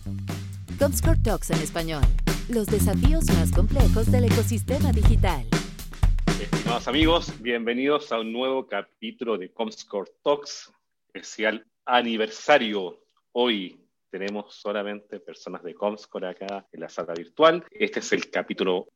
Comscore Talks en español. Los desafíos más complejos del ecosistema digital. Estimados amigos, bienvenidos a un nuevo capítulo de Comscore Talks, especial aniversario. Hoy tenemos solamente personas de Comscore acá en la sala virtual. Este es el capítulo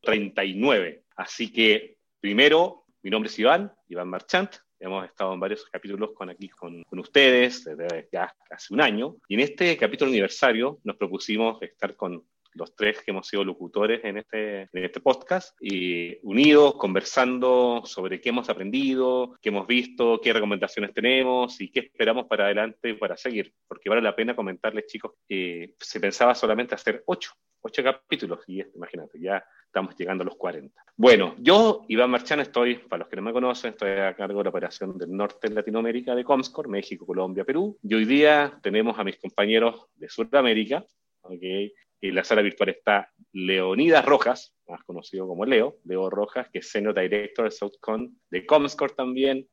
39. Así que, primero, mi nombre es Iván Marchant. Hemos estado en varios capítulos con ustedes desde ya hace un año. Y en este capítulo aniversario nos propusimos estar con los tres que hemos sido locutores en este podcast, y unidos, conversando sobre qué hemos aprendido, qué hemos visto, qué recomendaciones tenemos y qué esperamos para adelante y para seguir. Porque vale la pena comentarles, chicos, que se pensaba solamente hacer 8 capítulos, y imagínate, ya estamos llegando a los 40. Bueno, yo, Iván Marchán, para los que no me conocen, estoy a cargo de la operación del norte de Latinoamérica de Comscore, México, Colombia, Perú. Y hoy día tenemos a mis compañeros de Sudamérica, ¿ok? En la sala virtual está Leonidas Rojas, más conocido como Leo Rojas, que es Senior Director de SouthCon de Comscore también,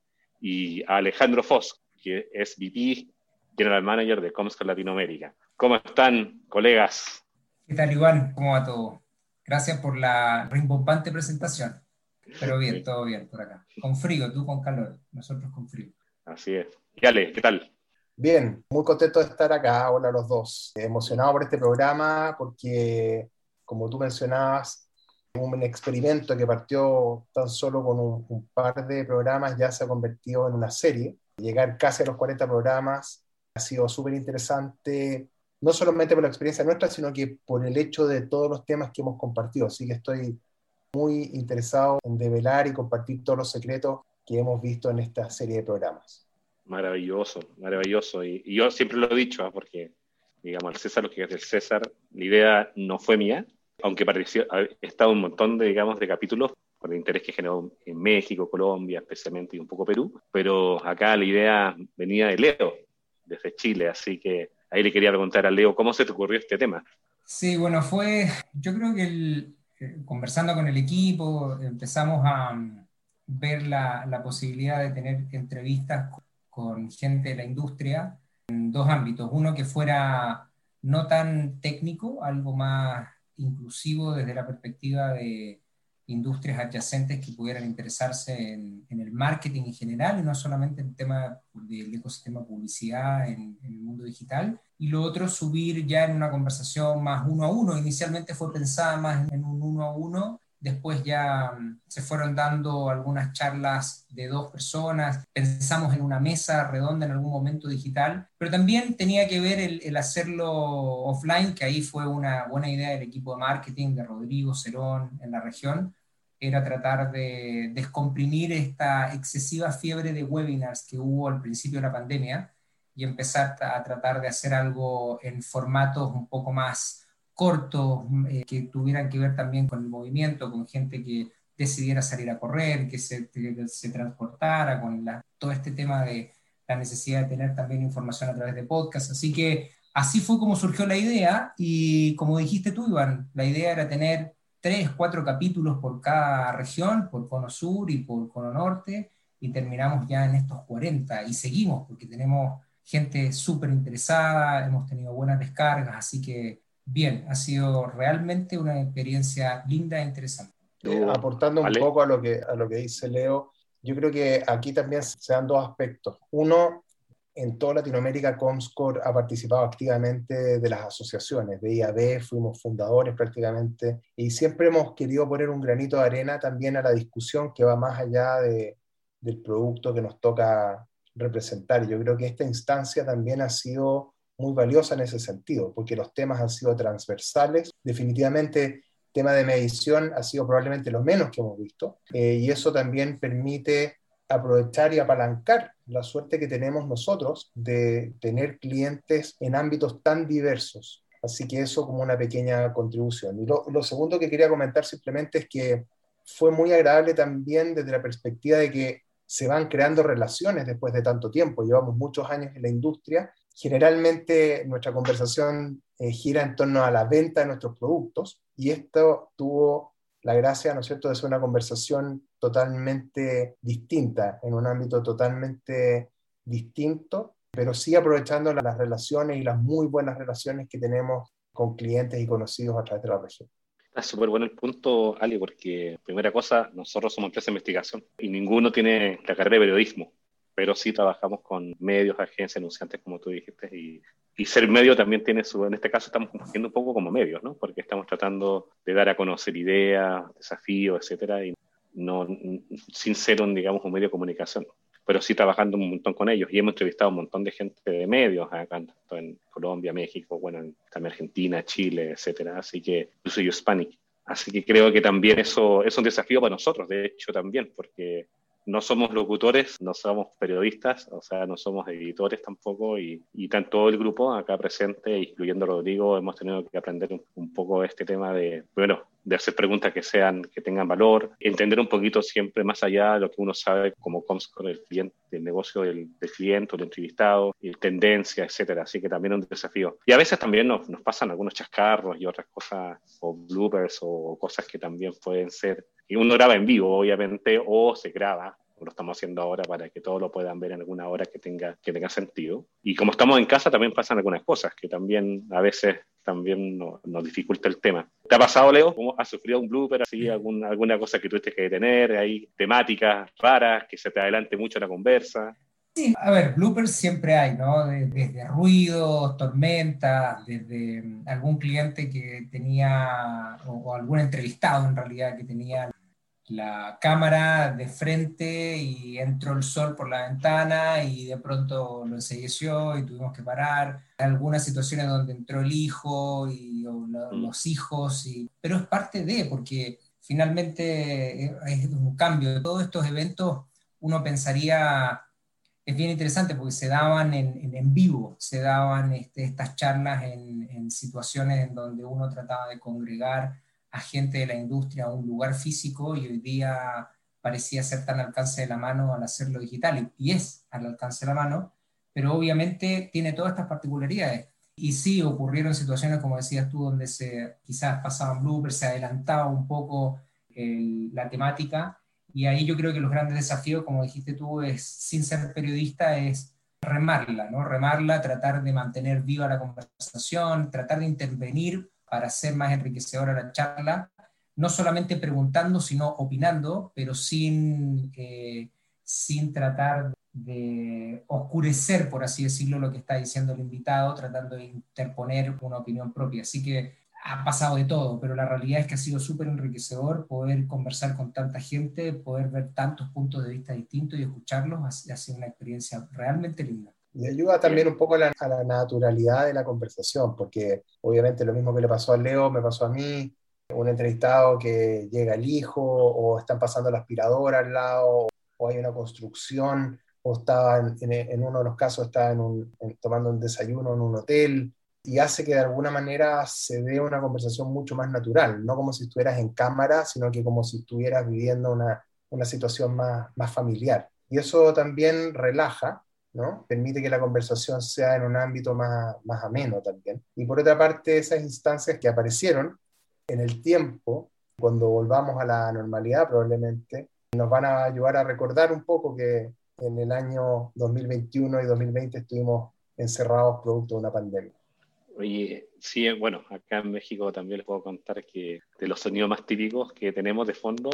y a Alejandro Foz, que es VP, General Manager de Comscore Latinoamérica. ¿Cómo están, colegas? ¿Qué tal, Iván? ¿Cómo va todo? Gracias por la rimbombante presentación. Pero bien, todo bien por acá. Con frío, tú con calor, nosotros con frío. Así es. Y Ale, ¿qué tal? Bien, muy contento de estar acá, hola a los dos. Emocionado por este programa porque, como tú mencionabas, un experimento que partió tan solo con un par de programas ya se ha convertido en una serie. Llegar casi a los 40 programas ha sido súper interesante, no solamente por la experiencia nuestra, sino que por el hecho de todos los temas que hemos compartido. Así que estoy muy interesado en develar y compartir todos los secretos que hemos visto en esta serie de programas. Maravilloso, maravilloso. Y yo siempre lo he dicho, porque, digamos, el César, lo que es del César, la idea no fue mía, aunque he estado un montón de capítulos por el interés que generó en México, Colombia, especialmente, y un poco Perú, pero acá la idea venía de Leo, desde Chile, así que ahí le quería preguntar a Leo, ¿cómo se te ocurrió este tema? Sí, bueno, yo creo que conversando con el equipo, empezamos a ver la posibilidad de tener entrevistas con gente de la industria en dos ámbitos. Uno que fuera no tan técnico, algo más inclusivo desde la perspectiva de industrias adyacentes que pudieran interesarse en el marketing en general y no solamente en el tema del ecosistema publicidad en el mundo digital. Y lo otro, subir ya en una conversación más uno a uno. Inicialmente fue pensada más en un uno a uno, después ya se fueron dando algunas charlas de 2 personas, pensamos en una mesa redonda en algún momento digital, pero también tenía que ver el hacerlo offline, que ahí fue una buena idea del equipo de marketing de Rodrigo Cerón en la región, era tratar de descomprimir esta excesiva fiebre de webinars que hubo al principio de la pandemia y empezar a tratar de hacer algo en formatos un poco más cortos, que tuvieran que ver también con el movimiento, con gente que decidiera salir a correr, que se transportara, con todo este tema de la necesidad de tener también información a través de podcast. Así que así fue como surgió la idea y como dijiste tú, Iván, la idea era tener 3, 4 capítulos por cada región, por Cono Sur y por Cono Norte, y terminamos ya en estos 40 y seguimos porque tenemos gente súper interesada, hemos tenido buenas descargas, así que bien, ha sido realmente una experiencia linda e interesante. Aportando un poco a lo que dice Leo, yo creo que aquí también se dan dos aspectos. Uno, en toda Latinoamérica, Comscore ha participado activamente de las asociaciones, de IAB, fuimos fundadores prácticamente, y siempre hemos querido poner un granito de arena también a la discusión que va más allá del producto que nos toca representar. Yo creo que esta instancia también ha sido muy valiosa en ese sentido, porque los temas han sido transversales. Definitivamente, tema de medición ha sido probablemente lo menos que hemos visto, y eso también permite aprovechar y apalancar la suerte que tenemos nosotros de tener clientes en ámbitos tan diversos. Así que eso como una pequeña contribución. Y lo segundo que quería comentar simplemente es que fue muy agradable también desde la perspectiva de que se van creando relaciones después de tanto tiempo. Llevamos muchos años en la industria. Generalmente nuestra conversación gira en torno a la venta de nuestros productos, y esto tuvo la gracia, ¿no es cierto?, de ser una conversación totalmente distinta, en un ámbito totalmente distinto, pero sí aprovechando las relaciones y las muy buenas relaciones que tenemos con clientes y conocidos a través de la región. Es súper bueno el punto, Ali, porque primera cosa, nosotros somos empresa de investigación y ninguno tiene la carrera de periodismo, pero sí trabajamos con medios, agencias, anunciantes, como tú dijiste, y ser medio también tiene en este caso estamos fungiendo un poco como medios, ¿no? Porque estamos tratando de dar a conocer ideas, desafíos, etcétera, y no, sin ser digamos, un medio de comunicación, pero sí trabajando un montón con ellos. Y hemos entrevistado a un montón de gente de medios acá, tanto en Colombia, México, bueno, también Argentina, Chile, etcétera. Así que, incluso Hispanic. Así que creo que también eso es un desafío para nosotros, de hecho, también, porque no somos locutores, no somos periodistas, o sea, no somos editores tampoco, y tanto el grupo acá presente, incluyendo Rodrigo, hemos tenido que aprender un poco este tema de hacer preguntas que tengan valor, entender un poquito siempre más allá de lo que uno sabe como Comscore, el cliente, el negocio del cliente, del entrevistado, tendencias, etcétera. Así que también es un desafío. Y a veces también nos pasan algunos chascarros y otras cosas, o bloopers, o cosas que también pueden ser. Y uno graba en vivo, obviamente, o se graba, como lo estamos haciendo ahora, para que todos lo puedan ver en alguna hora que tenga sentido. Y como estamos en casa, también pasan algunas cosas que también a veces también nos dificulta el tema. ¿Te ha pasado, Leo? ¿Has sufrido un blooper, así, alguna cosa que tuviste que detener, hay temáticas raras, que se te adelante mucho la conversa? Sí, a ver, bloopers siempre hay, ¿no? Desde ruidos, tormentas, desde algún cliente que tenía, o algún entrevistado en realidad, que tenía la cámara de frente y entró el sol por la ventana y de pronto lo encegueció y tuvimos que parar. Algunas situaciones donde entró el hijo los hijos, pero es parte porque finalmente es un cambio. Todos estos eventos uno pensaría... Es bien interesante porque se daban en vivo, se daban estas charlas en situaciones en donde uno trataba de congregar a gente de la industria a un lugar físico, y hoy día parecía ser tan al alcance de la mano al hacerlo digital, y es al alcance de la mano, pero obviamente tiene todas estas particularidades. Y sí, ocurrieron situaciones, como decías tú, donde quizás pasaban bloopers, se adelantaba un poco la temática. Y ahí yo creo que los grandes desafíos, como dijiste tú, sin ser periodista, es remarla, ¿no? Remarla, tratar de mantener viva la conversación, tratar de intervenir para hacer más enriquecedora la charla, no solamente preguntando, sino opinando, pero sin tratar de oscurecer, por así decirlo, lo que está diciendo el invitado, tratando de interponer una opinión propia. Así que ha pasado de todo, pero la realidad es que ha sido súper enriquecedor poder conversar con tanta gente, poder ver tantos puntos de vista distintos y escucharlos. Ha sido una experiencia realmente linda. Y ayuda también un poco a la naturalidad de la conversación, porque obviamente lo mismo que le pasó a Leo, me pasó a mí, un entrevistado que llega el hijo, o están pasando la aspiradora al lado, o hay una construcción, o estaba en uno de los casos estaba tomando un desayuno en un hotel, y hace que de alguna manera se dé una conversación mucho más natural, no como si estuvieras en cámara, sino que como si estuvieras viviendo una situación más familiar. Y eso también relaja, ¿no? Permite que la conversación sea en un ámbito más ameno también. Y por otra parte, esas instancias que aparecieron en el tiempo, cuando volvamos a la normalidad probablemente, nos van a ayudar a recordar un poco que en el año 2021 y 2020 estuvimos encerrados producto de una pandemia. Oye, sí, bueno, acá en México también les puedo contar que de los sonidos más típicos que tenemos de fondo,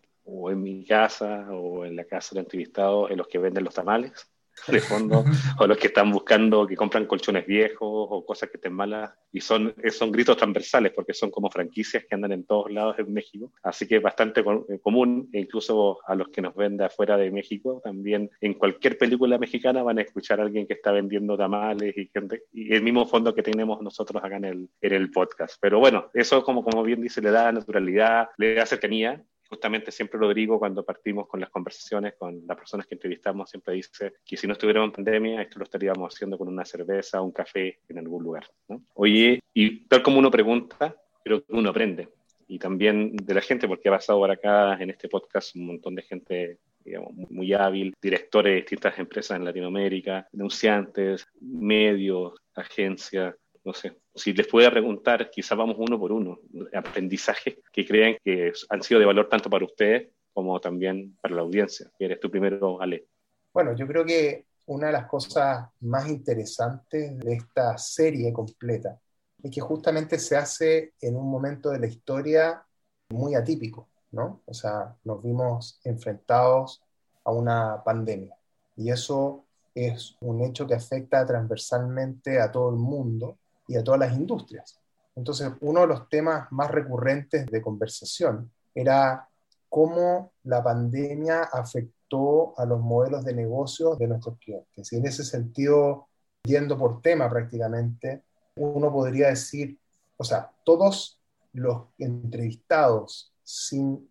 o en mi casa, o en la casa del entrevistado, en los que venden los tamales, de fondo, o los que están buscando, que compran colchones viejos o cosas que estén malas, y son gritos transversales porque son como franquicias que andan en todos lados en México, así que es bastante común, e incluso a los que nos ven de afuera de México, también en cualquier película mexicana van a escuchar a alguien que está vendiendo tamales y el mismo fondo que tenemos nosotros acá en el podcast. Pero bueno, eso como bien dice, le da naturalidad, le da cercanía. Justamente siempre Rodrigo, cuando partimos con las conversaciones con las personas que entrevistamos, siempre dice que si no estuviéramos en pandemia, esto lo estaríamos haciendo con una cerveza o un café en algún lugar, ¿no? Oye, y tal como uno pregunta, creo que uno aprende. Y también de la gente, porque ha pasado por acá en este podcast un montón de gente, digamos, muy hábil, directores de distintas empresas en Latinoamérica, denunciantes, medios, agencias. No sé, si les pudiera preguntar, quizás vamos uno por uno, aprendizajes que crean que han sido de valor tanto para ustedes como también para la audiencia. ¿Eres tú primero, Ale? Bueno, yo creo que una de las cosas más interesantes de esta serie completa es que justamente se hace en un momento de la historia muy atípico, ¿no? O sea, nos vimos enfrentados a una pandemia y eso es un hecho que afecta transversalmente a todo el mundo y a todas las industrias. Entonces, uno de los temas más recurrentes de conversación era cómo la pandemia afectó a los modelos de negocios de nuestros clientes. Y en ese sentido, yendo por tema prácticamente, uno podría decir, o sea, todos los entrevistados, sin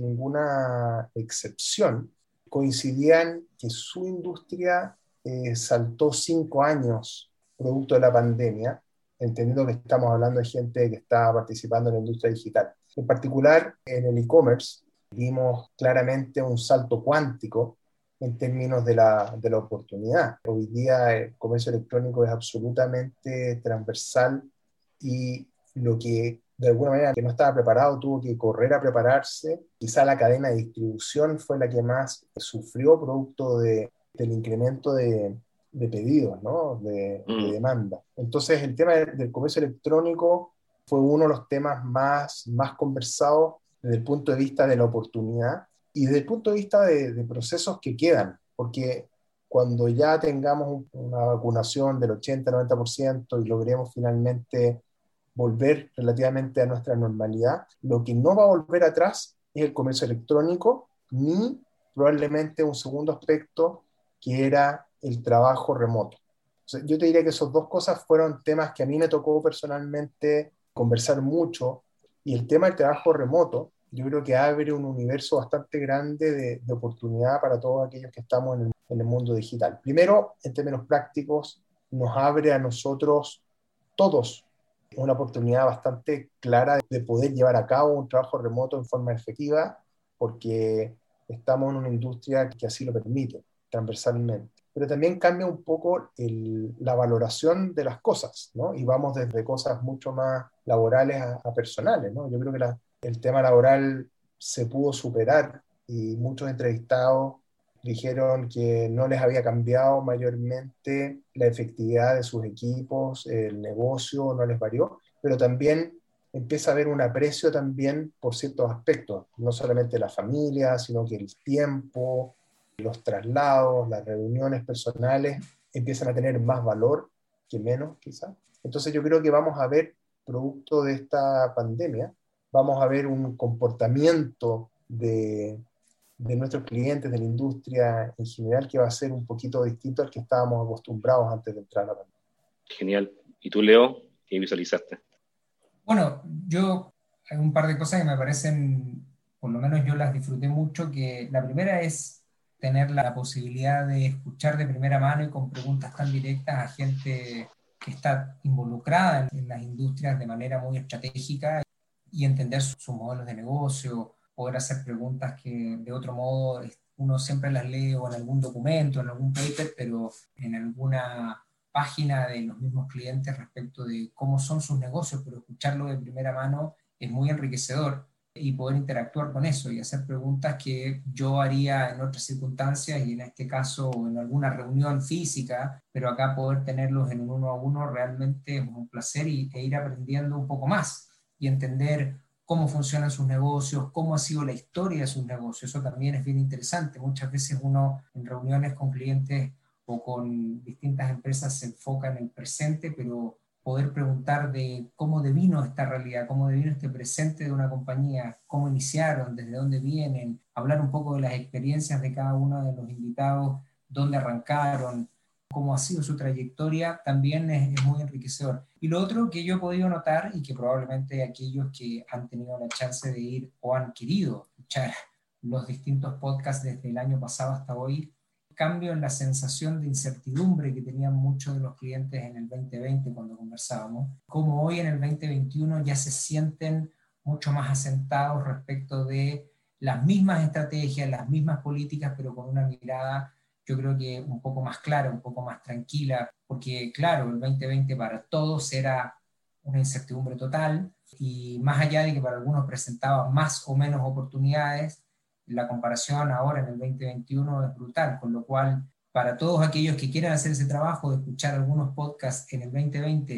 ninguna excepción, coincidían que su industria saltó 5 años producto de la pandemia, entendiendo que estamos hablando de gente que está participando en la industria digital. En particular, en el e-commerce vimos claramente un salto cuántico en términos de la oportunidad. Hoy día el comercio electrónico es absolutamente transversal y lo que de alguna manera que no estaba preparado tuvo que correr a prepararse. Quizá la cadena de distribución fue la que más sufrió producto del incremento de pedidos, ¿no? de demanda. Entonces el tema del comercio electrónico fue uno de los temas más conversados desde el punto de vista de la oportunidad y desde el punto de vista de procesos que quedan, porque cuando ya tengamos una vacunación del 80-90% y logremos finalmente volver relativamente a nuestra normalidad, lo que no va a volver atrás es el comercio electrónico, ni probablemente un segundo aspecto que era el trabajo remoto. O sea, yo te diría que esas dos cosas fueron temas que a mí me tocó personalmente conversar mucho, y el tema del trabajo remoto, yo creo que abre un universo bastante grande de oportunidad para todos aquellos que estamos en el mundo digital. Primero, en términos prácticos, nos abre a nosotros todos una oportunidad bastante clara de poder llevar a cabo un trabajo remoto en forma efectiva, porque estamos en una industria que así lo permite, transversalmente. Pero también cambia un poco la valoración de las cosas, ¿no? Y vamos desde cosas mucho más laborales a personales, ¿no? Yo creo que el tema laboral se pudo superar y muchos entrevistados dijeron que no les había cambiado mayormente la efectividad de sus equipos, el negocio no les varió, pero también empieza a haber un aprecio también por ciertos aspectos, no solamente la familia, sino que el tiempo, los traslados, las reuniones personales empiezan a tener más valor que menos, quizás. Entonces yo creo que vamos a ver, producto de esta pandemia, vamos a ver un comportamiento de nuestros clientes, de la industria en general, que va a ser un poquito distinto al que estábamos acostumbrados antes de entrar a la pandemia. Genial. ¿Y tú, Leo, qué visualizaste? Bueno, hay un par de cosas que me parecen, por lo menos yo las disfruté mucho, que la primera es tener la posibilidad de escuchar de primera mano y con preguntas tan directas a gente que está involucrada en las industrias de manera muy estratégica y entender sus modelos de negocio, poder hacer preguntas que de otro modo uno siempre las lee o en algún documento, en algún paper, pero en alguna página de los mismos clientes respecto de cómo son sus negocios, pero escucharlo de primera mano es muy enriquecedor y poder interactuar con eso y hacer preguntas que yo haría en otras circunstancias y en este caso en alguna reunión física, pero acá poder tenerlos en un 1-a-1 realmente es un placer e ir aprendiendo un poco más y entender cómo funcionan sus negocios, cómo ha sido la historia de sus negocios. Eso también es bien interesante. Muchas veces uno en reuniones con clientes o con distintas empresas se enfoca en el presente, pero poder preguntar de cómo devino esta realidad, cómo devino este presente de una compañía, cómo iniciaron, desde dónde vienen, hablar un poco de las experiencias de cada uno de los invitados, dónde arrancaron, cómo ha sido su trayectoria, también es muy enriquecedor. Y lo otro que yo he podido notar, y que probablemente aquellos que han tenido la chance de ir o han querido escuchar los distintos podcasts desde el año pasado hasta hoy, cambio en la sensación de incertidumbre que tenían muchos de los clientes en el 2020 cuando conversábamos, como hoy en el 2021 ya se sienten mucho más asentados respecto de las mismas estrategias, las mismas políticas, pero con una mirada, yo creo que un poco más clara, un poco más tranquila, porque claro, el 2020 para todos era una incertidumbre total, y más allá de que para algunos presentaba más o menos oportunidades, la comparación ahora en el 2021 es brutal, con lo cual para todos aquellos que quieran hacer ese trabajo de escuchar algunos podcasts en el 2020,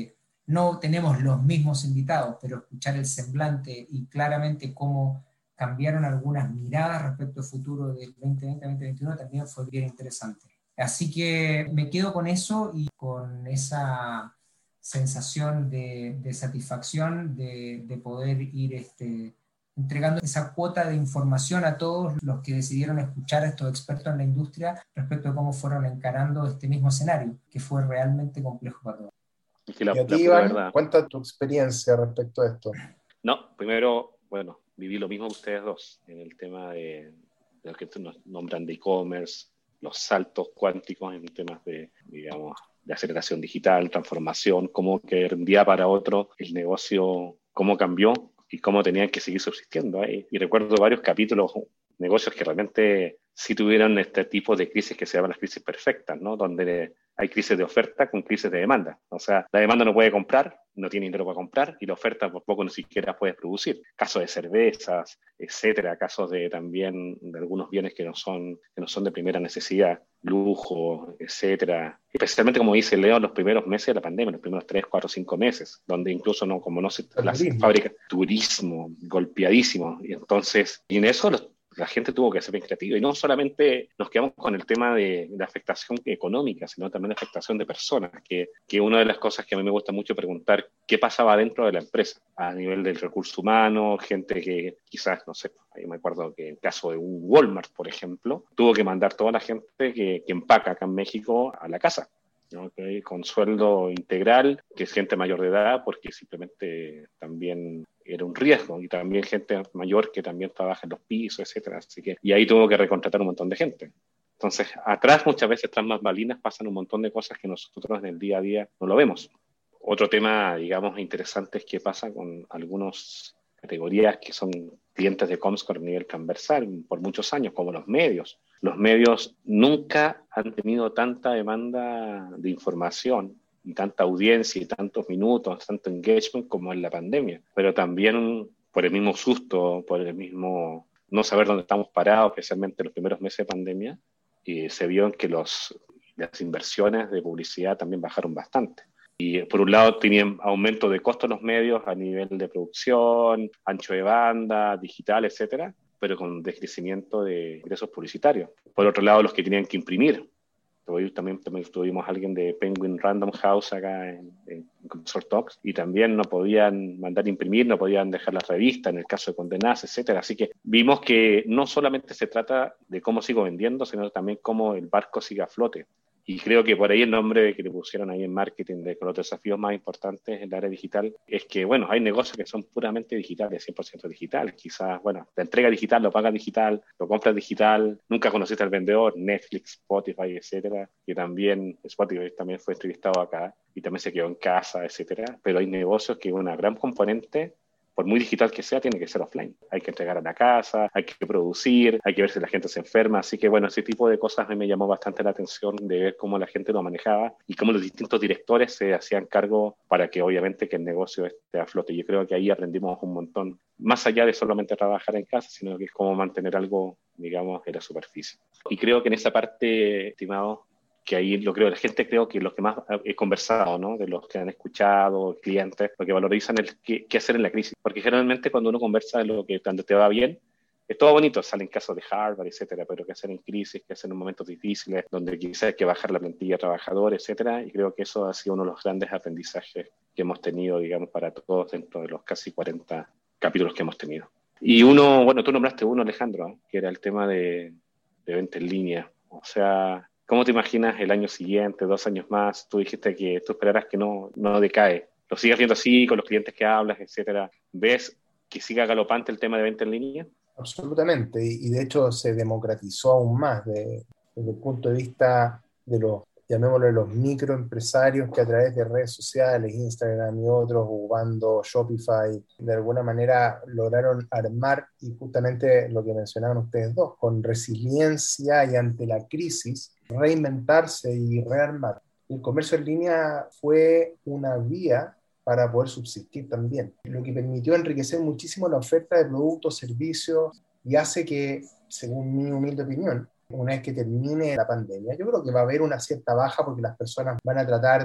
no tenemos los mismos invitados, pero escuchar el semblante y claramente cómo cambiaron algunas miradas respecto al futuro del 2020-2021 también fue bien interesante. Así que me quedo con eso y con esa sensación de satisfacción de poder ir entregando esa cuota de información a todos los que decidieron escuchar a estos expertos en la industria respecto a cómo fueron encarando este mismo escenario, que fue realmente complejo para todos. Y a ti, Iván, cuenta tu experiencia respecto a esto. No, primero, bueno, viví lo mismo que ustedes dos en el tema de lo que nos nombran de e-commerce, los saltos cuánticos en temas de, digamos, de aceleración digital, transformación, cómo que de un día para otro el negocio, cómo cambió y cómo tenían que seguir subsistiendo ahí. Y recuerdo varios capítulos, negocios que realmente sí tuvieron este tipo de crisis que se llaman las crisis perfectas, ¿no? Donde hay crisis de oferta con crisis de demanda. O sea, la demanda no puede comprar, no tiene dinero para comprar, y la oferta por poco ni siquiera puede producir. Casos de cervezas, etcétera, casos de también de algunos bienes que no son de primera necesidad, lujo, etcétera. Especialmente, como dice Leo, los primeros meses de la pandemia, los primeros 3, 4, 5 meses, donde incluso las fábricas, turismo, golpeadísimo. Y entonces, y en eso la gente tuvo que ser bien creativa, y no solamente nos quedamos con el tema de la afectación económica, sino también la afectación de personas, que una de las cosas que a mí me gusta mucho preguntar, ¿qué pasaba dentro de la empresa? A nivel del recurso humano, gente que quizás, no sé, yo me acuerdo que en el caso de un Walmart, por ejemplo, tuvo que mandar toda la gente que empaca acá en México a la casa, ¿no? Okay, con sueldo integral, que es gente mayor de edad, porque simplemente también era un riesgo, y también gente mayor que también trabaja en los pisos, etcétera. Así que, y ahí tuvo que recontratar un montón de gente. Entonces, atrás, muchas veces, tras más balinas, pasan un montón de cosas que nosotros en el día a día no lo vemos. Otro tema, digamos, interesante es qué pasa con algunas categorías que son clientes de Comscore a nivel transversal por muchos años, como los medios. Los medios nunca han tenido tanta demanda de información y tanta audiencia y tantos minutos, tanto engagement como en la pandemia. Pero también por el mismo susto, por el mismo no saber dónde estamos parados, especialmente en los primeros meses de pandemia, y se vio en que las inversiones de publicidad también bajaron bastante. Y por un lado tenían aumento de costos los medios a nivel de producción, ancho de banda, digital, etcétera, pero con decrecimiento de ingresos publicitarios. Por otro lado, los que tenían que imprimir. También tuvimos a alguien de Penguin Random House acá en Comscore Talks, y también no podían mandar imprimir, no podían dejar las revistas en el caso de Condé Nast, etcétera. Así que vimos que no solamente se trata de cómo sigo vendiendo, sino también cómo el barco sigue a flote. Y creo que por ahí el nombre que le pusieron ahí en marketing de los desafíos más importantes en el área digital es que, bueno, hay negocios que son puramente digitales, 100% digitales. Quizás, bueno, la entrega digital, lo pagas digital, lo compras digital, nunca conociste al vendedor, Netflix, Spotify, etcétera, que también Spotify también fue entrevistado acá y también se quedó en casa, etcétera. Pero hay negocios que una gran componente, por muy digital que sea, tiene que ser offline. Hay que entregar a la casa, hay que producir, hay que ver si la gente se enferma. Así que, bueno, ese tipo de cosas a mí me llamó bastante la atención, de ver cómo la gente lo manejaba y cómo los distintos directores se hacían cargo para que, obviamente, que el negocio esté a flote. Yo creo que ahí aprendimos un montón, más allá de solamente trabajar en casa, sino que es cómo mantener algo, digamos, en la superficie. Y creo que en esa parte, estimado, que ahí la gente creo que los que más he conversado, ¿no? De los que han escuchado, clientes, lo que valorizan es qué hacer en la crisis. Porque generalmente cuando uno conversa de lo que cuando te va bien, es todo bonito, salen casos de Harvard, etcétera, pero qué hacer en crisis, qué hacer en momentos difíciles, donde quizás hay que bajar la plantilla de trabajadores, etcétera, y creo que eso ha sido uno de los grandes aprendizajes que hemos tenido, digamos, para todos dentro de los casi 40 capítulos que hemos tenido. Y uno, bueno, tú nombraste uno, Alejandro, ¿eh? Que era el tema de venta en línea. O sea, ¿cómo te imaginas el año siguiente, 2 años más? Tú dijiste que tú esperarás que no decae. ¿Lo sigues viendo así con los clientes que hablas, etcétera? ¿Ves que siga galopante el tema de venta en línea? Absolutamente, y de hecho se democratizó aún más desde el punto de vista de los, llamémoslo, los microempresarios que a través de redes sociales, Instagram y otros, jugando Shopify, de alguna manera lograron armar, y justamente lo que mencionaban ustedes dos, con resiliencia y ante la crisis, reinventarse y rearmar. El comercio en línea fue una vía para poder subsistir también, lo que permitió enriquecer muchísimo la oferta de productos, servicios, y hace que, según mi humilde opinión, una vez que termine la pandemia, yo creo que va a haber una cierta baja porque las personas van a tratar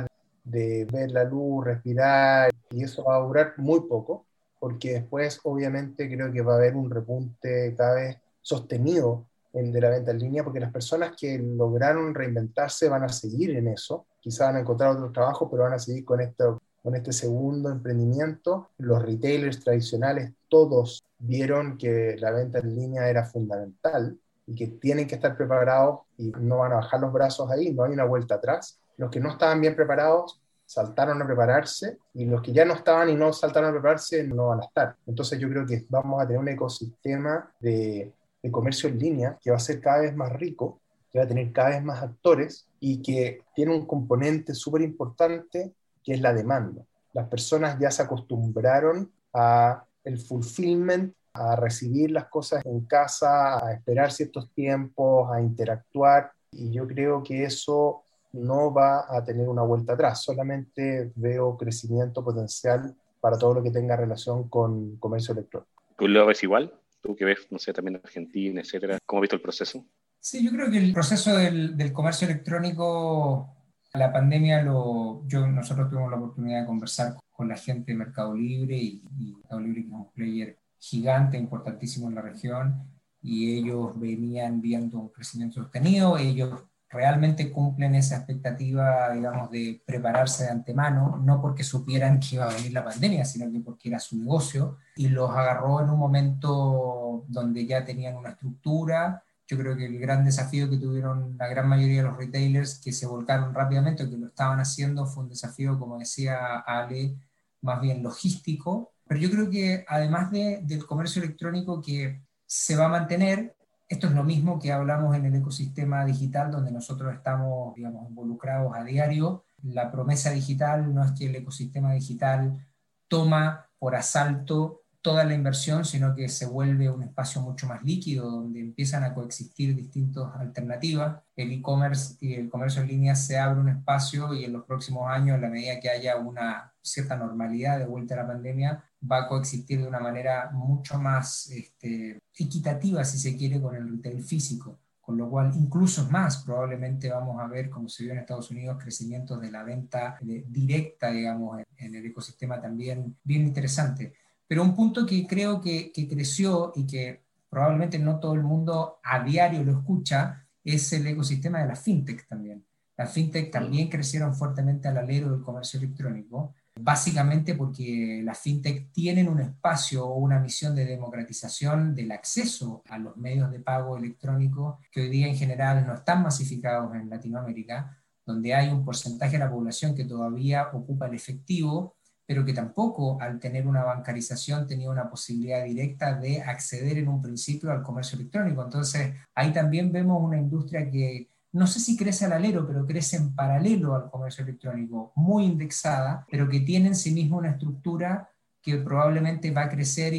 de ver la luz, respirar, y eso va a durar muy poco, porque después obviamente creo que va a haber un repunte cada vez sostenido de la venta en línea, porque las personas que lograron reinventarse van a seguir en eso, quizás van a encontrar otro trabajo, pero van a seguir con este segundo emprendimiento. Los retailers tradicionales todos vieron que la venta en línea era fundamental y que tienen que estar preparados y no van a bajar los brazos ahí, no hay una vuelta atrás. Los que no estaban bien preparados saltaron a prepararse, y los que ya no estaban y no saltaron a prepararse no van a estar. Entonces yo creo que vamos a tener un ecosistema de comercio en línea que va a ser cada vez más rico, que va a tener cada vez más actores y que tiene un componente súper importante que es la demanda. Las personas ya se acostumbraron a el fulfillment, a recibir las cosas en casa, a esperar ciertos tiempos, a interactuar, y yo creo que eso no va a tener una vuelta atrás. Solamente veo crecimiento potencial para todo lo que tenga relación con comercio electrónico. ¿Tú lo ves igual? Tú que ves, no sé, también Argentina, etcétera. ¿Cómo has visto el proceso? Sí, yo creo que el proceso del comercio electrónico, la pandemia, nosotros tuvimos la oportunidad de conversar con la gente de Mercado Libre, y Mercado Libre, que es un player gigante, importantísimo en la región, y ellos venían viendo un crecimiento sostenido. Ellos realmente cumplen esa expectativa, digamos, de prepararse de antemano, no porque supieran que iba a venir la pandemia, sino que porque era su negocio, y los agarró en un momento donde ya tenían una estructura. Yo creo que el gran desafío que tuvieron la gran mayoría de los retailers que se volcaron rápidamente o que lo estaban haciendo fue un desafío, como decía Ale, más bien logístico. Pero yo creo que además del comercio electrónico que se va a mantener, esto es lo mismo que hablamos en el ecosistema digital, donde nosotros estamos, digamos, involucrados a diario. La promesa digital no es que el ecosistema digital toma por asalto toda la inversión, sino que se vuelve un espacio mucho más líquido, donde empiezan a coexistir distintas alternativas. El e-commerce y el comercio en línea se abre un espacio, y en los próximos años, a la medida que haya una cierta normalidad de vuelta a la pandemia, va a coexistir de una manera mucho más equitativa, si se quiere, con el retail físico. Con lo cual, incluso más, probablemente vamos a ver, como se vio en Estados Unidos, crecimientos de la venta directa, digamos, en el ecosistema también bien interesante. Pero un punto que creo que creció y que probablemente no todo el mundo a diario lo escucha es el ecosistema de la fintech también. Las fintech también crecieron fuertemente al alero del comercio electrónico, básicamente porque las fintech tienen un espacio o una misión de democratización del acceso a los medios de pago electrónicos que hoy día en general no están masificados en Latinoamérica, donde hay un porcentaje de la población que todavía ocupa el efectivo, pero que tampoco, al tener una bancarización, tenía una posibilidad directa de acceder en un principio al comercio electrónico. Entonces, ahí también vemos una industria que no sé si crece al alero, pero crece en paralelo al comercio electrónico, muy indexada, pero que tiene en sí misma una estructura que probablemente va a crecer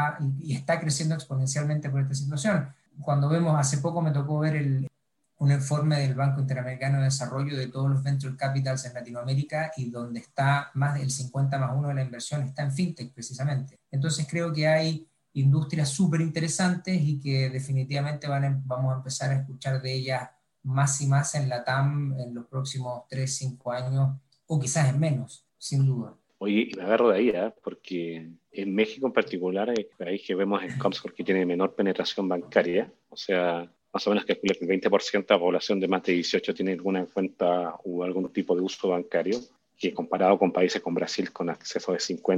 y está creciendo exponencialmente por esta situación. Cuando vemos, hace poco me tocó ver un informe del Banco Interamericano de Desarrollo de todos los venture capitals en Latinoamérica, y donde está más del 50+1 de la inversión está en fintech precisamente. Entonces creo que hay industrias súper interesantes y que definitivamente vamos a empezar a escuchar de ellas más y más en la TAM en los próximos 3-5 años, o quizás en menos, sin duda. Oye, me agarro de ahí, porque en México en particular, el país que vemos en Comscore que tiene menor penetración bancaria, o sea, más o menos calcula que el 20% de la población de más de 18 tiene alguna cuenta o algún tipo de uso bancario, que comparado con países como Brasil, con acceso de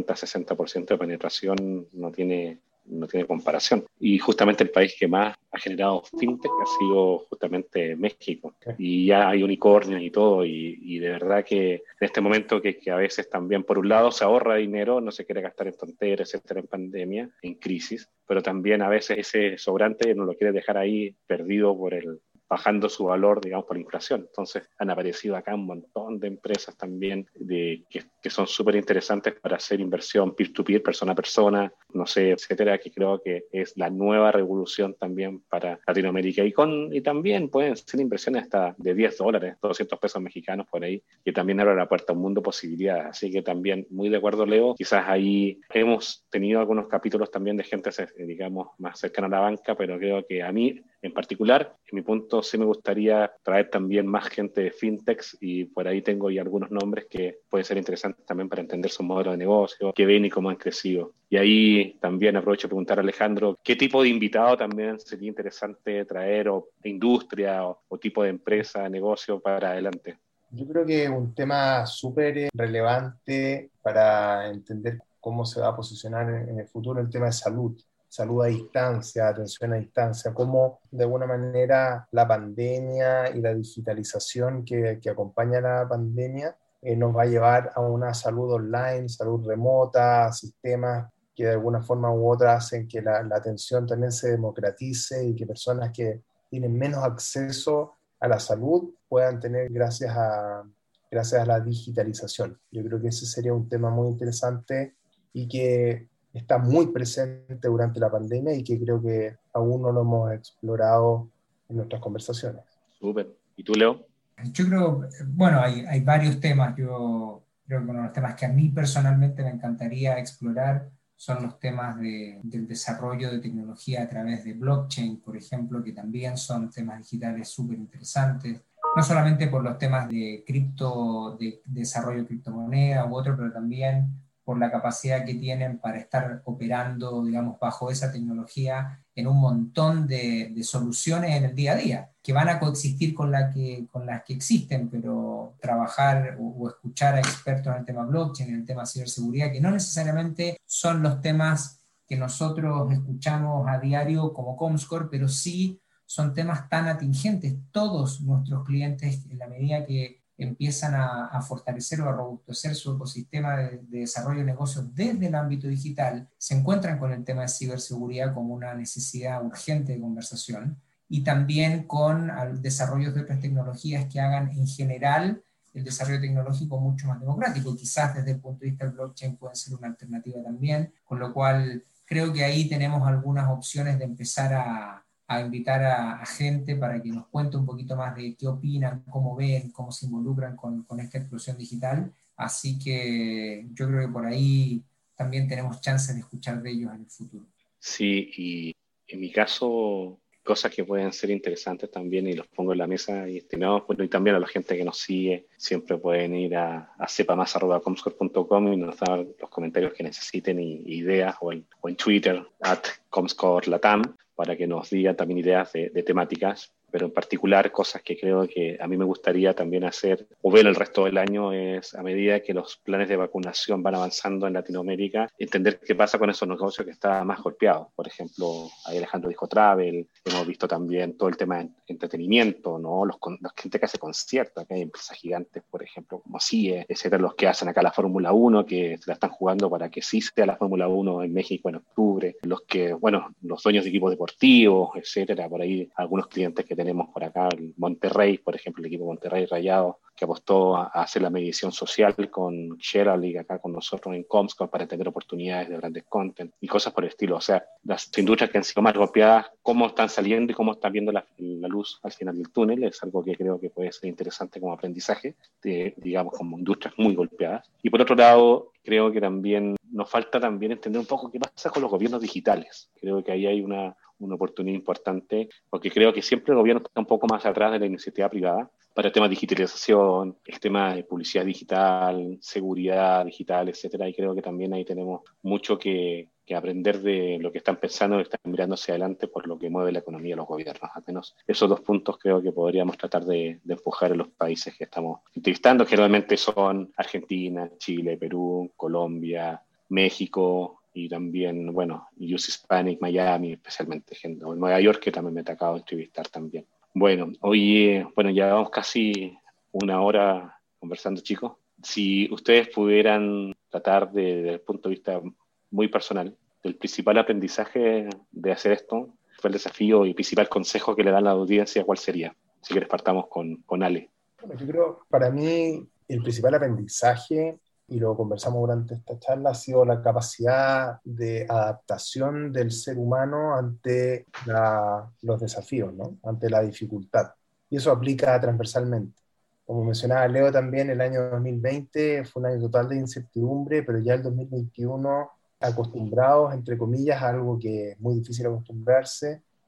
50-60% de penetración, no tiene comparación. Y justamente el país que más ha generado fintech ha sido justamente México. Y ya hay unicornios y todo, y de verdad que en este momento que a veces también, por un lado, se ahorra dinero, no se quiere gastar en tonteras, etcétera, en pandemia, en crisis, pero también a veces ese sobrante no lo quiere dejar ahí perdido bajando su valor, digamos, por inflación. Entonces han aparecido acá un montón de empresas también que son súper interesantes para hacer inversión peer-to-peer, persona a persona, no sé, etcétera, que creo que es la nueva revolución también para Latinoamérica. Y también pueden ser inversiones hasta de $10, 200 pesos mexicanos por ahí, que también abre la puerta a un mundo de posibilidades. Así que también, muy de acuerdo, Leo, quizás ahí hemos tenido algunos capítulos también de gente, digamos, más cercana a la banca, pero creo que a mí En particular, en mi punto sí me gustaría traer también más gente de fintechs y por ahí tengo ya algunos nombres que pueden ser interesantes también para entender su modelo de negocio, qué ven y cómo han crecido. Y ahí también aprovecho de preguntar a Alejandro, ¿qué tipo de invitado también sería interesante traer o de industria o tipo de empresa, negocio para adelante? Yo creo que un tema súper relevante para entender cómo se va a posicionar en el futuro el tema de salud a distancia, atención a distancia, cómo de alguna manera la pandemia y la digitalización que acompaña a la pandemia nos va a llevar a una salud online, salud remota, sistemas que de alguna forma u otra hacen que la atención también se democratice y que personas que tienen menos acceso a la salud puedan tener gracias a la digitalización. Yo creo que ese sería un tema muy interesante y que está muy presente durante la pandemia y que creo que aún no lo hemos explorado en nuestras conversaciones. Súper. ¿Y tú, Leo? Yo creo, bueno, hay varios temas. Yo creo que uno de los temas que a mí personalmente me encantaría explorar son los temas del desarrollo de tecnología a través de blockchain, por ejemplo, que también son temas digitales súper interesantes. No solamente por los temas de cripto, de desarrollo de criptomoneda u otro, pero también por la capacidad que tienen para estar operando, digamos, bajo esa tecnología en un montón de soluciones en el día a día, que van a coexistir con las que existen, pero trabajar o escuchar a expertos en el tema blockchain, en el tema ciberseguridad, que no necesariamente son los temas que nosotros escuchamos a diario como Comscore, pero sí son temas tan atingentes. Todos nuestros clientes, en la medida que empiezan a fortalecer o a robustecer su ecosistema de desarrollo de negocios desde el ámbito digital, se encuentran con el tema de ciberseguridad como una necesidad urgente de conversación y también con desarrollos de otras tecnologías que hagan en general el desarrollo tecnológico mucho más democrático. Quizás desde el punto de vista del blockchain puede ser una alternativa también, con lo cual creo que ahí tenemos algunas opciones de empezar a invitar a gente para que nos cuente un poquito más de qué opinan, cómo ven, cómo se involucran con esta explosión digital. Así que yo creo que por ahí también tenemos chances de escuchar de ellos en el futuro. Sí, y en mi caso, cosas que pueden ser interesantes también, y los pongo en la mesa, y estimados, bueno, y también a la gente que nos sigue, siempre pueden ir a sepamas@comscore.com y nos dar los comentarios que necesiten y ideas, o en Twitter, @comscorelatam, para que nos digan también ideas de temáticas, pero en particular cosas que creo que a mí me gustaría también hacer o ver el resto del año es, a medida que los planes de vacunación van avanzando en Latinoamérica, entender qué pasa con esos negocios que están más golpeados. Por ejemplo, ahí Alejandro dijo travel, hemos visto también todo el tema de entretenimiento, ¿no? La gente que hace conciertos, acá hay empresas gigantes, por ejemplo, como CIE, etcétera, los que hacen acá la Fórmula 1, que se la están jugando para que sí sea la Fórmula 1 en México en octubre, los que, bueno, los dueños de equipos deportivos, etcétera, por ahí algunos clientes que tenemos por acá, el Monterrey, por ejemplo, el equipo Monterrey Rayados, que apostó a hacer la medición social con Share League acá con nosotros en Comscore para tener oportunidades de grandes content y cosas por el estilo. O sea, las industrias que han sido más golpeadas, cómo están saliendo y cómo están viendo la luz al final del túnel, es algo que creo que puede ser interesante como aprendizaje, digamos, como industrias muy golpeadas. Y por otro lado, creo que también nos falta también entender un poco qué pasa con los gobiernos digitales. Creo que ahí hay una oportunidad importante, porque creo que siempre el gobierno está un poco más atrás de la iniciativa privada para el tema de digitalización, el tema de publicidad digital, seguridad digital, etcétera, y creo que también ahí tenemos mucho que aprender de lo que están pensando y están mirando hacia adelante por lo que mueve la economía de los gobiernos. Al menos esos dos puntos creo que podríamos tratar de empujar en los países que estamos entrevistando, que realmente son Argentina, Chile, Perú, Colombia, México, y también, bueno, Use Hispanic, Miami, especialmente, gente, o Nueva York, que también me ha tocado entrevistar también. Bueno, hoy, ya vamos casi una hora conversando, chicos. Si ustedes pudieran tratar desde el punto de vista muy personal, el principal aprendizaje de hacer esto, fue el desafío y principal consejo que le dan a la audiencia, ¿cuál sería? Si quieres partamos con Ale. Bueno, yo creo, para mí, el principal aprendizaje, y lo conversamos durante esta charla, ha sido la capacidad de adaptación del ser humano ante los desafíos, ¿no? Ante la dificultad. Y eso aplica transversalmente. Como mencionaba Leo también, el año 2020 fue un año total de incertidumbre, pero ya el 2021, acostumbrados, entre comillas, a algo que es muy difícil acostumbrarse,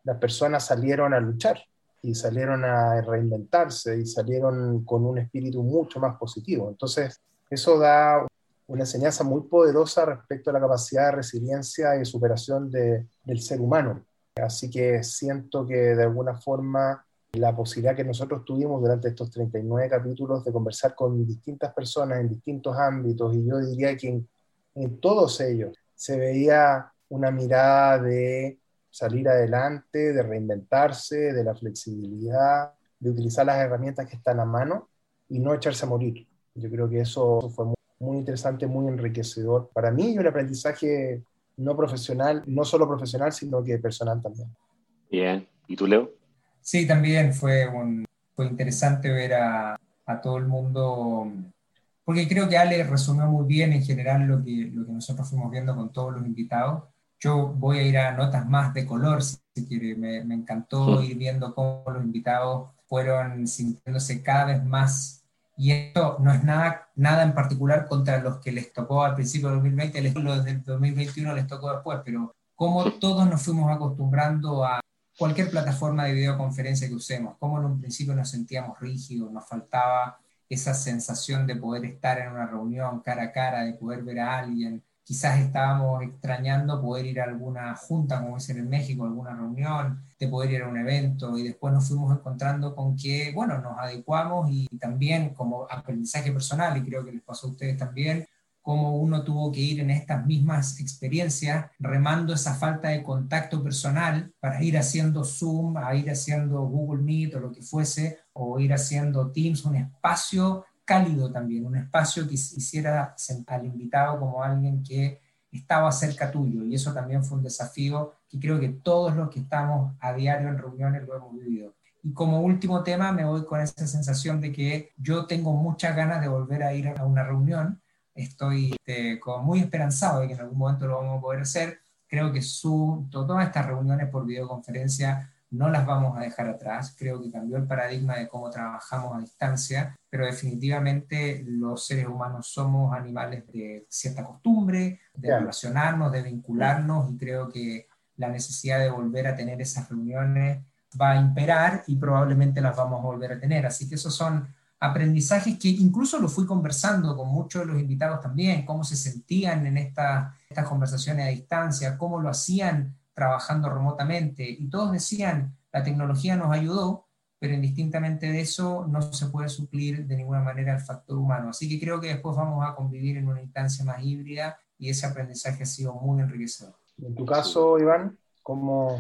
las personas salieron a luchar y salieron a reinventarse y salieron con un espíritu mucho más positivo. Entonces, eso da una enseñanza muy poderosa respecto a la capacidad de resiliencia y de superación del ser humano. Así que siento que de alguna forma la posibilidad que nosotros tuvimos durante estos 39 capítulos de conversar con distintas personas en distintos ámbitos, y yo diría que en todos ellos se veía una mirada de salir adelante, de reinventarse, de la flexibilidad, de utilizar las herramientas que están a mano y no echarse a morir. Yo creo que eso fue muy interesante, muy enriquecedor para mí, y un aprendizaje no profesional, no solo profesional, sino que personal también. Bien. ¿Y tú, Leo? Sí, también fue interesante ver a todo el mundo, porque creo que Ale resumió muy bien en general lo que nosotros fuimos viendo con todos los invitados. Yo voy a ir a notas más de color, si quiere. Me encantó ir viendo cómo los invitados fueron sintiéndose cada vez más. Y esto no es nada en particular contra los que les tocó al principio del 2020, los del 2021 les tocó después, pero cómo todos nos fuimos acostumbrando a cualquier plataforma de videoconferencia que usemos, cómo en un principio nos sentíamos rígidos, nos faltaba esa sensación de poder estar en una reunión cara a cara, de poder ver a alguien. Quizás estábamos extrañando poder ir a alguna junta, como dicen en México, alguna reunión, de poder ir a un evento, y después nos fuimos encontrando con que, bueno, nos adecuamos, y también como aprendizaje personal, y creo que les pasó a ustedes también, cómo uno tuvo que ir en estas mismas experiencias remando esa falta de contacto personal para ir haciendo Zoom, a ir haciendo Google Meet o lo que fuese, o ir haciendo Teams, un espacio cálido también, un espacio que hiciera al invitado como alguien que estaba cerca tuyo, y eso también fue un desafío que creo que todos los que estamos a diario en reuniones lo hemos vivido. Y como último tema me voy con esa sensación de que yo tengo muchas ganas de volver a ir a una reunión. Estoy como muy esperanzado de que en algún momento lo vamos a poder hacer. Creo que todas estas reuniones por videoconferencia no las vamos a dejar atrás. Creo que cambió el paradigma de cómo trabajamos a distancia, pero definitivamente los seres humanos somos animales de cierta costumbre, de relacionarnos, de vincularnos, y creo que la necesidad de volver a tener esas reuniones va a imperar y probablemente las vamos a volver a tener. Así que esos son aprendizajes que incluso lo fui conversando con muchos de los invitados también, cómo se sentían en estas conversaciones a distancia, cómo lo hacían trabajando remotamente, y todos decían, la tecnología nos ayudó, pero indistintamente de eso no se puede suplir de ninguna manera el factor humano. Así que creo que después vamos a convivir en una instancia más híbrida, y ese aprendizaje ha sido muy enriquecedor. En tu caso, Iván, ¿cómo?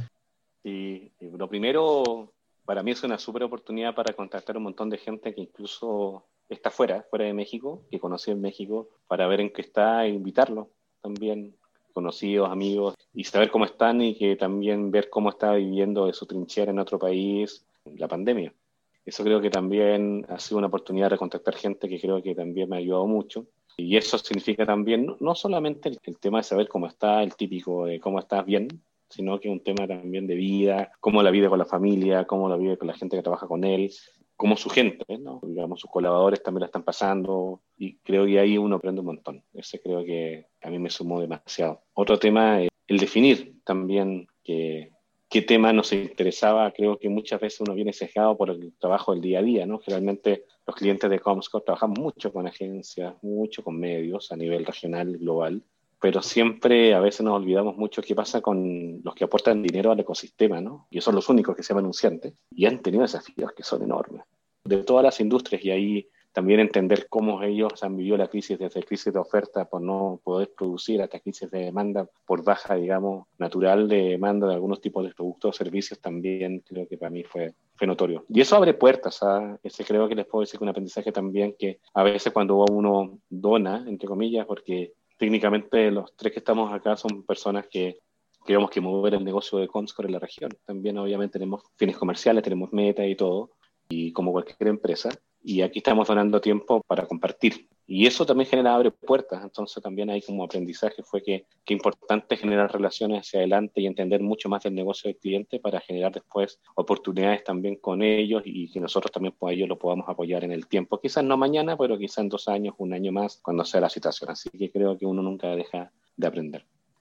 Y lo primero, para mí es una súper oportunidad para contactar a un montón de gente que incluso está fuera de México, que conocí en México, para ver en qué está e invitarlo también, conocidos, amigos, y saber cómo están, y que también ver cómo está viviendo de su trinchera en otro país la pandemia. Eso creo que también ha sido una oportunidad de contactar gente que creo que también me ha ayudado mucho. Y eso significa también, no solamente el tema de saber cómo está, el típico de cómo estás bien, sino que es un tema también de vida, cómo la vive con la familia, cómo la vive con la gente que trabaja con él, cómo su gente, ¿no? Digamos, sus colaboradores también la están pasando, y creo que ahí uno aprende un montón. Ese creo que a mí me sumó demasiado. Otro tema es el definir también qué tema nos interesaba. Creo que muchas veces uno viene sesgado por el trabajo del día a día, ¿no? Generalmente los clientes de Comscore trabajamos mucho con agencias, mucho con medios a nivel regional y global, pero siempre a veces nos olvidamos mucho qué pasa con los que aportan dinero al ecosistema, ¿no? Y son los únicos que se llaman anunciantes, y han tenido desafíos que son enormes, de todas las industrias, y ahí también entender cómo ellos han vivido la crisis, desde crisis de oferta por no poder producir hasta crisis de demanda por baja, digamos, natural de demanda de algunos tipos de productos o servicios, también creo que para mí fue notorio. Y eso abre puertas, ¿sabes? Ese creo que les puedo decir que un aprendizaje también, que a veces cuando uno dona, entre comillas, porque técnicamente los tres que estamos acá son personas que queremos que mover el negocio de Comscore en la región. También obviamente tenemos fines comerciales, tenemos metas y todo, y como cualquier empresa, y aquí estamos donando tiempo para compartir. Y eso también abre puertas. Entonces también hay como aprendizaje fue que importante generar relaciones hacia adelante y entender mucho más del negocio del cliente para generar después oportunidades también con ellos, y que nosotros también pues, ellos lo podamos apoyar en el tiempo. Quizás no mañana, pero quizás en 2 años, un año más, cuando sea la situación. Así que creo que uno nunca deja de aprender.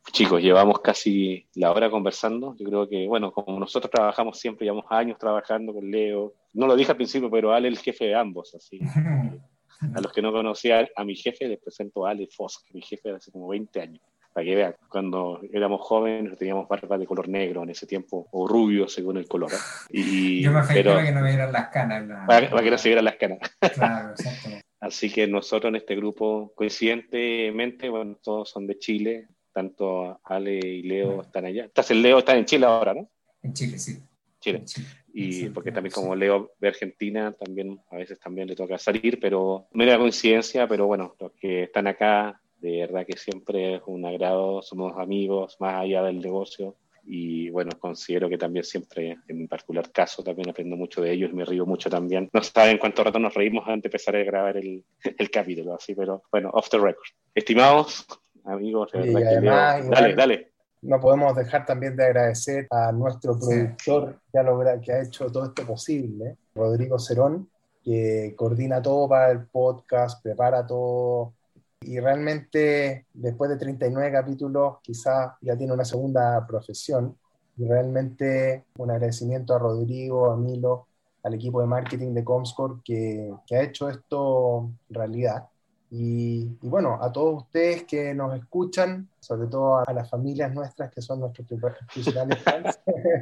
Chicos, llevamos casi la hora conversando. Yo creo que, bueno, como nosotros trabajamos siempre, llevamos años trabajando con Leo. No lo dije al principio, pero Ale es el jefe de ambos, así. A los que no conocían a mi jefe, les presento a Ale Fosk, mi jefe de hace como 20 años. Para que vean, cuando éramos jóvenes teníamos barba de color negro en ese tiempo, o rubio según el color. Yo me afeité para que no me vieran las canas. Para que no se vieran las canas. Claro, exacto. Así que nosotros en este grupo, coincidentemente, bueno, todos son de Chile. Tanto Ale y Leo están allá. Leo está en Chile ahora, ¿no? En Chile, sí. Chile. En Chile. Y porque también como Leo de Argentina, también a veces también le toca salir, pero mera coincidencia, pero bueno, los que están acá, de verdad que siempre es un agrado, somos amigos más allá del negocio. Y bueno, considero que también siempre, en mi particular caso, también aprendo mucho de ellos y me río mucho también. No saben cuánto rato nos reímos antes de empezar a grabar el capítulo, así, pero bueno, off the record. Estimados amigos, de verdad que además, Leo... Dale. No podemos dejar también de agradecer a nuestro productor que ha hecho todo esto posible, Rodrigo Cerón, que coordina todo para el podcast, prepara todo, y realmente después de 39 capítulos quizás ya tiene una segunda profesión, y realmente un agradecimiento a Rodrigo, a Milo, al equipo de marketing de Comscore que ha hecho esto realidad. Y bueno, a todos ustedes que nos escuchan, sobre todo a las familias nuestras que son nuestros principales fans,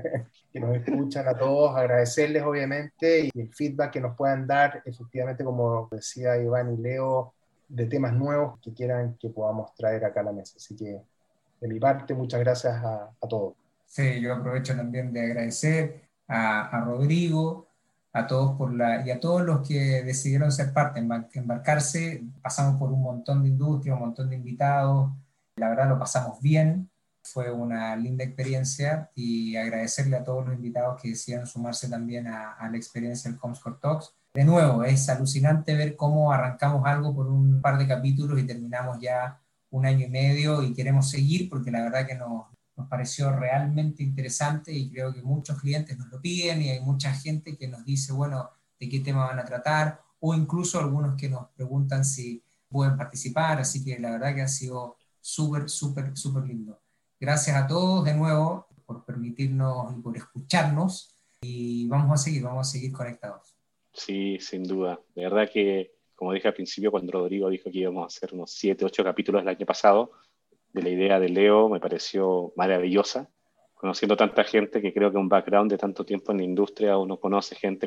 que nos escuchan a todos, agradecerles obviamente y el feedback que nos puedan dar, efectivamente, como decía Iván y Leo, de temas nuevos que quieran que podamos traer acá a la mesa. Así que de mi parte, muchas gracias a todos. Sí, yo aprovecho también de agradecer a Rodrigo, a todos y a todos los que decidieron ser parte, embarcarse. Pasamos por un montón de industria, un montón de invitados, la verdad lo pasamos bien, fue una linda experiencia, y agradecerle a todos los invitados que decidieron sumarse también a la experiencia del Comscore Talks. De nuevo, es alucinante ver cómo arrancamos algo por un par de capítulos y terminamos ya 1 año y medio y queremos seguir porque la verdad que nos pareció realmente interesante, y creo que muchos clientes nos lo piden y hay mucha gente que nos dice, bueno, de qué tema van a tratar, o incluso algunos que nos preguntan si pueden participar, así que la verdad que ha sido súper lindo. Gracias a todos de nuevo por permitirnos y por escucharnos, y vamos a seguir conectados. Sí, sin duda. De verdad que, como dije al principio, cuando Rodrigo dijo que íbamos a hacer unos 7, 8 capítulos el año pasado, de la idea de Leo me pareció maravillosa, conociendo tanta gente que creo que un background de tanto tiempo en la industria, uno conoce gente,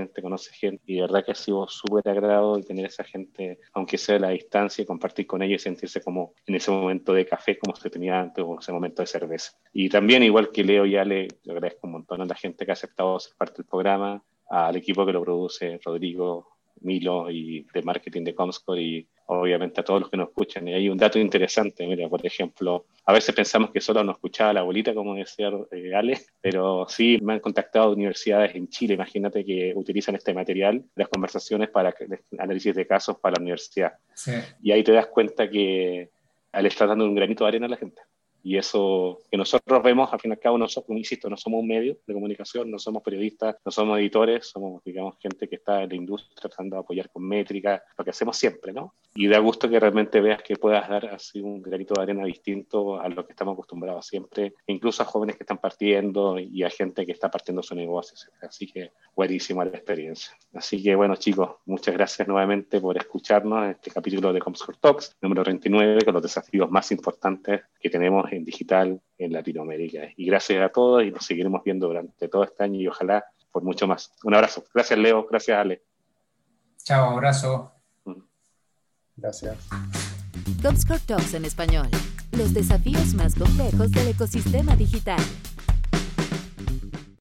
y de verdad que ha sido súper agrado y tener esa gente, aunque sea a la distancia, y compartir con ellos y sentirse como en ese momento de café como se tenía antes, o ese momento de cerveza. Y también, igual que Leo y Ale, le agradezco un montón a la gente que ha aceptado ser parte del programa, al equipo que lo produce, Rodrigo, Milo y de marketing de Comscore, y obviamente a todos los que nos escuchan. Y hay un dato interesante, mira, por ejemplo, a veces pensamos que solo nos escuchaba la abuelita, como decía Ale, pero sí me han contactado universidades en Chile, imagínate, que utilizan este material, las conversaciones para análisis de casos para la universidad. Sí. Y ahí te das cuenta que le estás dando un granito de arena a la gente. Y eso que nosotros vemos, al fin y al cabo, insisto, no somos un medio de comunicación, no somos periodistas, no somos editores, somos, digamos, gente que está en la industria tratando de apoyar con métricas, lo que hacemos siempre, ¿no? Y da gusto que realmente veas que puedas dar así un granito de arena distinto a lo que estamos acostumbrados siempre, incluso a jóvenes que están partiendo y a gente que está partiendo su negocio. Así que buenísima la experiencia. Así que bueno, chicos, muchas gracias nuevamente por escucharnos en este capítulo de Comscore Talks, número 39, con los desafíos más importantes que tenemos en digital en Latinoamérica. Y gracias a todos, y nos seguiremos viendo durante todo este año y ojalá por mucho más. Un abrazo. Gracias, Leo. Gracias, Ale. Chao, abrazo. Gracias. Comscore Talks en español. Los desafíos más complejos del ecosistema digital.